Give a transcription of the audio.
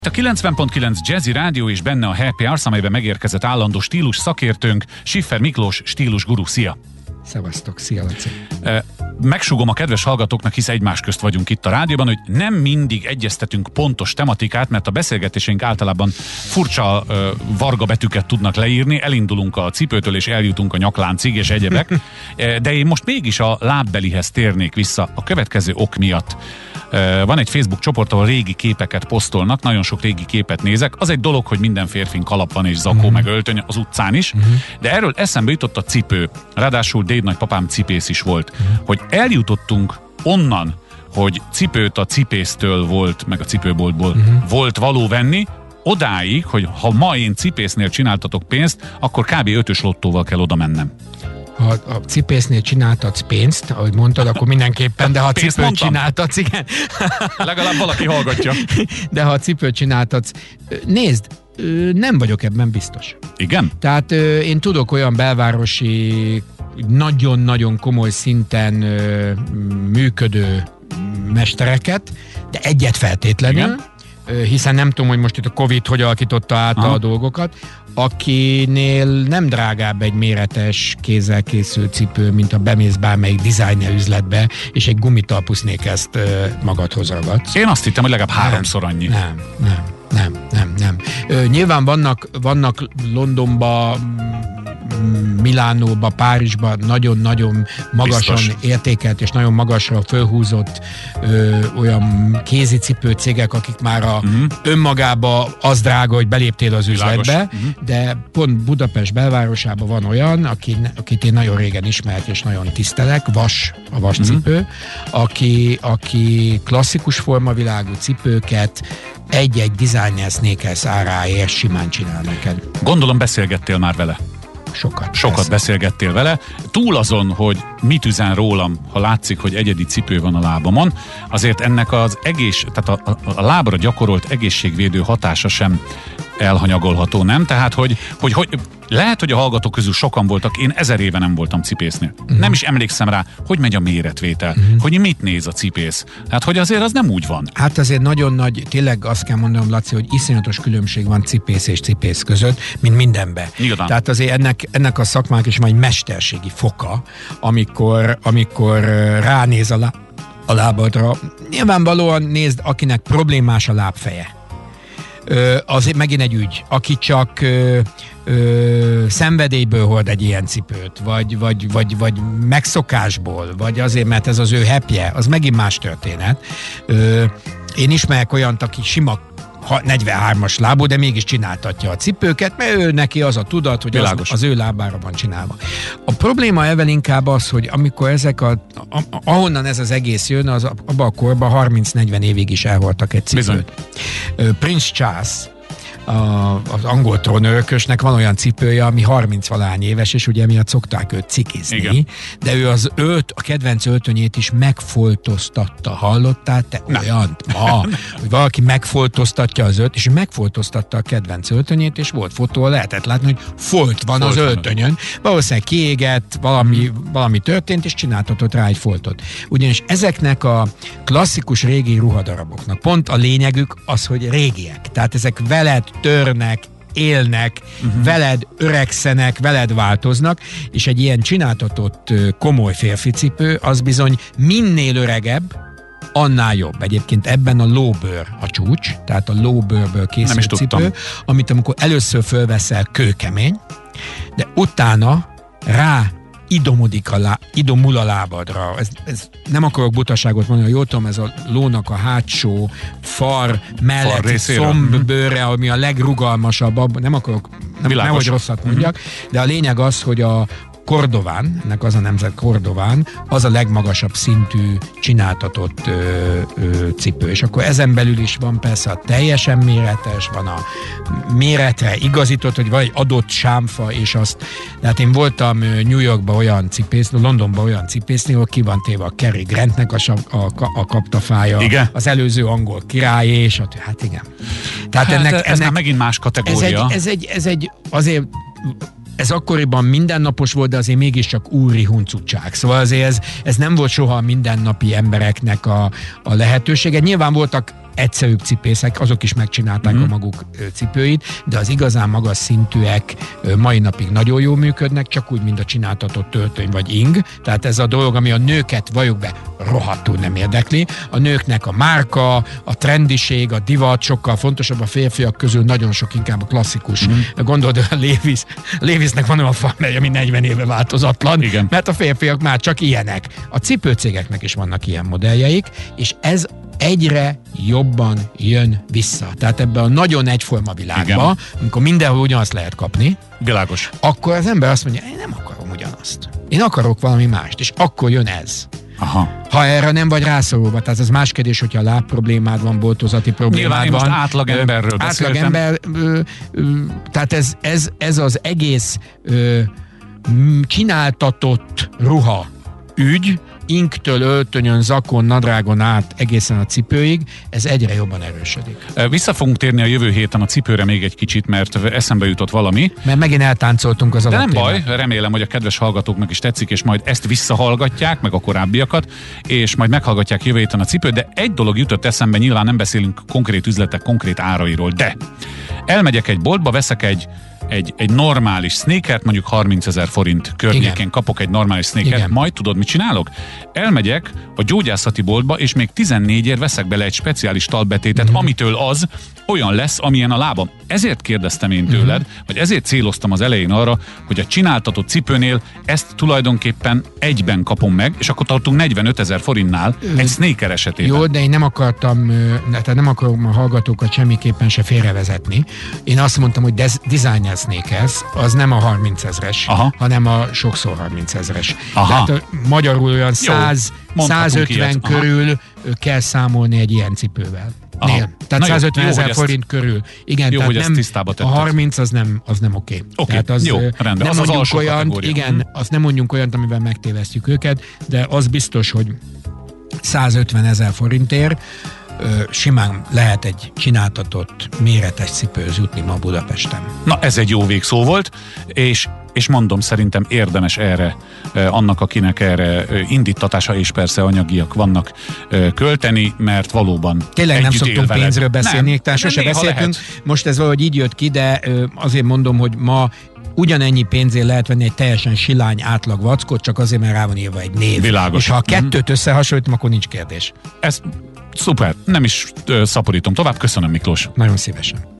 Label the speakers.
Speaker 1: A 90.9 Jazzy Rádió és benne a Happy Hours, amelyben megérkezett állandó stílus szakértőnk, Schiffer Miklós, stílus guru. Szia!
Speaker 2: Szevasztok, szia Laci!
Speaker 1: Megsúgom a kedves hallgatóknak, hisz egymás közt vagyunk itt a rádióban, hogy nem mindig egyeztetünk pontos tematikát, mert a beszélgetéseink általában furcsa varga betűket tudnak leírni, elindulunk a cipőtől és eljutunk a nyakláncig és egyebek, de én most mégis a lábbelihez térnék vissza a következő ok miatt. Van egy Facebook csoport, ahol régi képeket posztolnak, nagyon sok régi képet nézek. Az egy dolog, hogy minden férfin kalap van és zakó meg öltöny az utcán is, de erről eszembe jutott a cipő. Ráadásul déd nagypapám cipész is volt. Hogy eljutottunk onnan, hogy cipőt a cipésztől volt, meg a cipőboltból volt való venni, odáig, hogy ha ma én cipésznél csináltatok pénzt, akkor kb. 5-ös lottóval kell oda mennem.
Speaker 2: Ha a cipésznél csináltatsz pénzt, ahogy mondtad, akkor mindenképpen, de ha a cipőt csináltatsz, igen.
Speaker 1: Legalább valaki hallgatja.
Speaker 2: De ha a cipőt csináltatsz, nézd, nem vagyok ebben biztos.
Speaker 1: Igen?
Speaker 2: Tehát én tudok olyan belvárosi, nagyon-nagyon komoly szinten működő mestereket, de egyet feltétlenül, igen? Hiszen nem tudom, hogy most itt a Covid hogy alakította át a dolgokat, akinél nem drágább egy méretes, kézzel készült cipő, mint a bemész bármelyik designer üzletbe, és egy gumitalpusznék ezt magadhoz ragadsz.
Speaker 1: Én azt hittem, hogy legalább 3-szor annyi.
Speaker 2: Nem. Nyilván vannak Londonba, Milánóba, Párizsba nagyon-nagyon magasan értékelt és nagyon magasra fölhúzott olyan kézicipő cégek, akik már önmagába az drága, hogy beléptél az üzletbe, de pont Budapest belvárosában van olyan, akit én nagyon régen ismert és nagyon tisztelek, a Vas cipő, aki klasszikus formavilágú cipőket egy-egy designer sneakers áráért simán csinál neked.
Speaker 1: Gondolom beszélgettél már vele. Sokat beszélgettél vele. Túl azon, hogy mit üzen rólam, ha látszik, hogy egyedi cipő van a lábamon, azért ennek az tehát a lábra gyakorolt egészségvédő hatása sem elhanyagolható, nem? Tehát, hogy lehet, hogy a hallgatók közül sokan voltak, én 1000 éve nem voltam cipésznél. Nem is emlékszem rá, hogy megy a méretvétel, hogy mit néz a cipész. Hát, hogy azért az nem úgy van.
Speaker 2: Hát azért nagyon nagy, tényleg azt kell mondanom, Laci, hogy iszonyatos különbség van cipész és cipész között, mint mindenben.
Speaker 1: Nyilván.
Speaker 2: Tehát azért ennek a szakmának is van egy mesterségi foka, amikor ránéz a lábadra. Nyilvánvalóan nézd, akinek problémás a lábfeje. Azért megint egy ügy, aki csak szenvedélyből hord egy ilyen cipőt, vagy megszokásból, vagy azért, mert ez az ő happy-je, az megint más történet. Én ismerek olyant, aki sima 43-as lábú, de mégis csináltatja a cipőket, mert ő neki az a tudat, hogy az ő lábára van csinálva. A probléma evel inkább az, hogy amikor ezek ahonnan ez az egész jön, az abban a korban 30-40 évig is elhordtak egy cipőt.
Speaker 1: Bizony.
Speaker 2: Prince Charles, az angol trónörökösnek van olyan cipője, ami 30-valány éves, és ugye miatt szokták őt cikizni. Igen. De ő a kedvenc öltönyét is megfoltoztatta. Hallottál te olyant ma, hogy valaki megfoltoztatja az és megfoltoztatta a kedvenc öltönyét, és volt fotó, lehetett látni, hogy folt van az öltönyön. Valószínűleg kiégett, valami történt, és csináltatott rá egy foltot. Ugyanis ezeknek a klasszikus régi ruhadaraboknak pont a lényegük az, hogy régiek. Tehát ezek veled törnek, élnek, veled öregszenek, veled változnak, és egy ilyen csináltatott komoly férficipő, az bizony minél öregebb, annál jobb. Egyébként ebben a lóbőr a csúcs, tehát a lóbőrből készült cipő, amit amikor először fölveszel, kőkemény, de utána rá idomul a lábadra. Ez nem akarok butaságot mondani, jól tudom, ez a lónak a hátsó far mellett szombbőre, ami a legrugalmasabb, nehogy rosszat mondjak, de a lényeg az, hogy a Kordován, ennek az a nemzet Kordován, az a legmagasabb szintű csináltatott cipő. És akkor ezen belül is van persze a teljesen méretes, van a méretre igazított, hogy van egy adott sámfa, és azt, tehát én voltam New Yorkban olyan cipésznél, Londonban olyan cipésznél, ahol ki van téve a Cary Grantnek a kaptafája, igen? Az előző angol király, és hát igen. Tehát
Speaker 1: ez már megint más kategória.
Speaker 2: Ez egy azért ez akkoriban mindennapos volt, de azért mégiscsak úri huncutság. Szóval azért ez nem volt soha a mindennapi embereknek a lehetősége. Nyilván voltak egyszerűbb cipészek, azok is megcsinálták a maguk cipőit, de az igazán magas szintűek mai napig nagyon jól működnek, csak úgy, mint a csináltatott töltöny vagy ing. Tehát ez a dolog, ami a nőket valljuk be rohadtul nem érdekli. A nőknek a márka, a trendiség, a divat sokkal fontosabb, a férfiak közül nagyon sok inkább a klasszikus. Gondolod, a Levi'snek van olyan farmerje, ami 40 éve változatlan,
Speaker 1: igen.
Speaker 2: Mert a férfiak már csak ilyenek. A cipőcégeknek is vannak ilyen modelljeik, és ez egyre jobban jön vissza. Tehát ebben a nagyon egyforma világban, amikor mindenhol ugyanazt lehet kapni,
Speaker 1: világos,
Speaker 2: akkor az ember azt mondja, én nem akarom ugyanazt. Én akarok valami mást, és akkor jön ez.
Speaker 1: Aha.
Speaker 2: Ha erre nem vagy rászorulva, tehát ez más kérdés, hogyha a láb problémád van, boltozati problémád
Speaker 1: nyilván
Speaker 2: van.
Speaker 1: Nyilván most átlagemberről beszéltem.
Speaker 2: Átlagember, tehát ez az egész csináltatott ruha ügy, inktől öltönyön, zakon, nadrágon át egészen a cipőig, ez egyre jobban erősödik.
Speaker 1: Vissza fogunk térni a jövő héten a cipőre még egy kicsit, mert eszembe jutott valami.
Speaker 2: Mert megint eltáncoltunk az
Speaker 1: alatt. De nem baj, remélem, hogy a kedves hallgatóknak is tetszik, és majd ezt visszahallgatják, meg a korábbiakat, és majd meghallgatják jövő héten a cipőt, de egy dolog jutott eszembe, nyilván nem beszélünk konkrét üzletek, konkrét árairól, de elmegyek egy boltba, veszek egy normális sneakert, mondjuk 30 000 forint környékén. Igen. Kapok egy normális sneakert, igen. Majd tudod, mit csinálok? Elmegyek a gyógyászati boltba, és még 14-ért veszek bele egy speciális talpbetétet, amitől az olyan lesz, amilyen a lábam. Ezért kérdeztem én tőled, vagy ezért céloztam az elején arra, hogy a csináltatott cipőnél ezt tulajdonképpen egyben kapom meg, és akkor tartunk 45 000 forintnál egy sneaker esetében.
Speaker 2: Jó, de én nem akartam, tehát nem akarom a hallgatókat semmiképpen se félrevezetni. Én azt mondtam, hogy designer sneakers, az nem a 30 000-es, hanem a sokszor 30 000-es. Tehát magyarul olyan 150 körül kell számolni egy ilyen cipővel. Tehát 150 000 forint körül. Igen,
Speaker 1: jó,
Speaker 2: tehát
Speaker 1: hogy
Speaker 2: nem,
Speaker 1: tisztába tetted.
Speaker 2: A 30 az nem oké.
Speaker 1: Tehát az, jó, rendben.
Speaker 2: Nem
Speaker 1: az
Speaker 2: mondjunk olyant, igen, azt nem mondjunk olyant, amivel megtévesztjük őket, de az biztos, hogy 150 000 forintért simán lehet egy csináltatott méretes cipőhöz jutni ma Budapesten.
Speaker 1: Na, ez egy jó végszó volt, és mondom, szerintem érdemes erre, annak, akinek erre indítatása és persze anyagiak vannak költeni, mert valóban
Speaker 2: tényleg nem szoktunk pénzről beszélni, tehát sose beszéltünk.
Speaker 1: Lehet.
Speaker 2: Most ez valahogy így jött ki, de azért mondom, hogy ma ugyanennyi pénzért lehet venni egy teljesen silány átlag vackot, csak azért, mert rá van írva egy név.
Speaker 1: Világos.
Speaker 2: És ha a kettőt összehasonlítom, akkor nincs kérdés.
Speaker 1: Ez szuper, nem is szaporítom tovább. Köszönöm, Miklós.
Speaker 2: Nagyon szívesen.